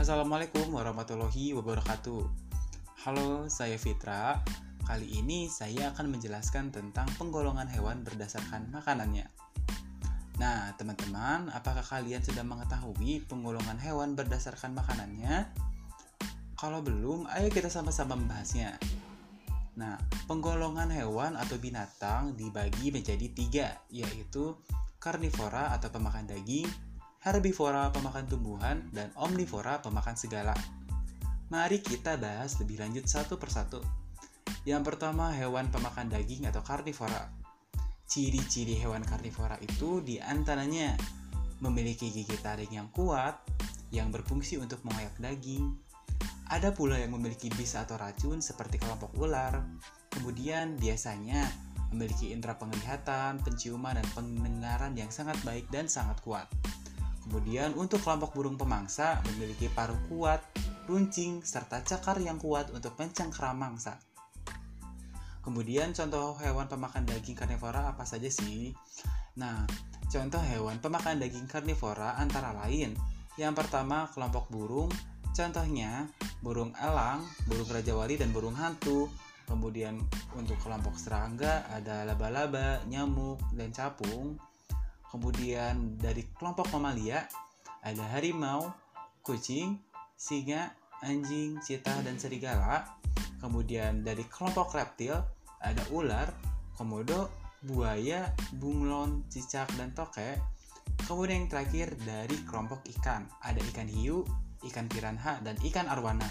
Wassalamualaikum warahmatullahi wabarakatuh. Halo, saya Fitra. Kali ini saya akan menjelaskan tentang penggolongan hewan berdasarkan makanannya. Nah, teman-teman, apakah kalian sudah mengetahui penggolongan hewan berdasarkan makanannya? Kalau belum, ayo kita sama-sama membahasnya. Nah, penggolongan hewan atau binatang dibagi menjadi 3, yaitu karnivora atau pemakan daging, herbivora pemakan tumbuhan, dan omnivora pemakan segala. Mari kita bahas lebih lanjut satu persatu. Yang pertama, hewan pemakan daging atau karnivora. Ciri-ciri hewan karnivora itu diantaranya memiliki gigi taring yang kuat, yang berfungsi untuk mengoyak daging. Ada pula yang memiliki bis atau racun seperti kelompok ular. Kemudian biasanya memiliki indera penglihatan, penciuman, dan pendengaran yang sangat baik dan sangat kuat. Kemudian untuk kelompok burung pemangsa memiliki paruh kuat, runcing, serta cakar yang kuat untuk mencengkeram mangsa. Kemudian contoh hewan pemakan daging karnivora apa saja sih? Nah, contoh hewan pemakan daging karnivora antara lain. Yang pertama kelompok burung, contohnya burung elang, burung rajawali, dan burung hantu. Kemudian untuk kelompok serangga ada laba-laba, nyamuk, dan capung. Kemudian dari kelompok mamalia ada harimau, kucing, singa, anjing, cheetah, dan serigala. Kemudian dari kelompok reptil ada ular, komodo, buaya, bunglon, cicak, dan tokek. Kemudian yang terakhir dari kelompok ikan ada ikan hiu, ikan piranha, dan ikan arwana.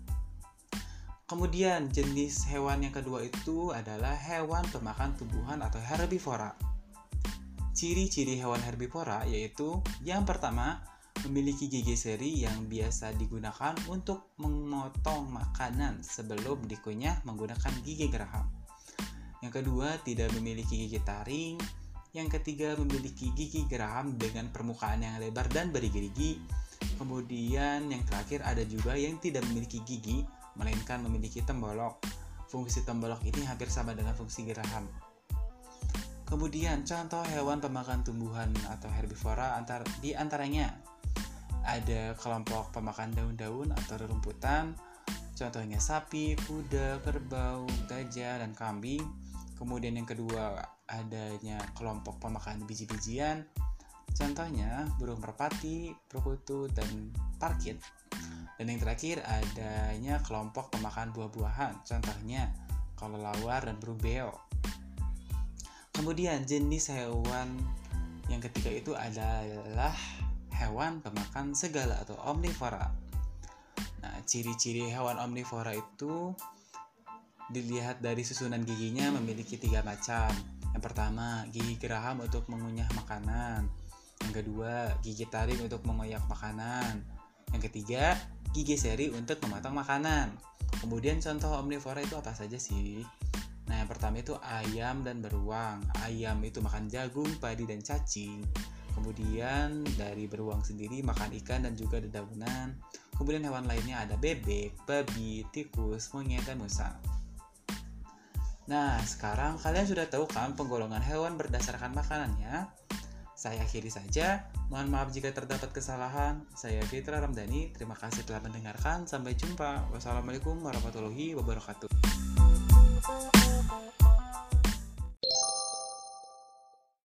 Kemudian jenis hewan yang kedua itu adalah hewan pemakan tumbuhan atau herbivora. Ciri-ciri hewan herbivora yaitu yang pertama, memiliki gigi seri yang biasa digunakan untuk memotong makanan sebelum dikunyah menggunakan gigi geraham. Yang kedua, tidak memiliki gigi taring. Yang ketiga, memiliki gigi geraham dengan permukaan yang lebar dan bergerigi. Kemudian yang terakhir ada juga yang tidak memiliki gigi, melainkan memiliki tembolok. Fungsi tembolok ini hampir sama dengan fungsi geraham. Kemudian contoh hewan pemakan tumbuhan atau herbivora di antaranya ada kelompok pemakan daun-daun atau rerumputan, contohnya sapi, kuda, kerbau, gajah, dan kambing. Kemudian yang kedua adanya kelompok pemakan biji-bijian, contohnya burung merpati, perkutut, dan parkit. Dan yang terakhir adanya kelompok pemakan buah-buahan, contohnya kelelawar dan burung beo. Kemudian jenis hewan yang ketiga itu adalah hewan pemakan segala atau omnivora. Nah, ciri-ciri hewan omnivora itu dilihat dari susunan giginya memiliki 3 macam. Yang pertama, gigi geraham untuk mengunyah makanan. Yang kedua, gigi taring untuk mengoyak makanan. Yang ketiga, gigi seri untuk memotong makanan. Kemudian contoh omnivora itu apa saja sih? Nah, yang pertama itu ayam dan beruang. Ayam itu makan jagung, padi, dan cacing. Kemudian dari beruang sendiri makan ikan dan juga dedaunan. Kemudian hewan lainnya ada bebek, babi, tikus, monyet, dan musa. Nah, sekarang kalian sudah tahu kan penggolongan hewan berdasarkan makanannya? Saya akhiri saja. Mohon maaf jika terdapat kesalahan. Saya Fitra Ramdhani. Terima kasih telah mendengarkan. Sampai jumpa. Wassalamualaikum warahmatullahi wabarakatuh.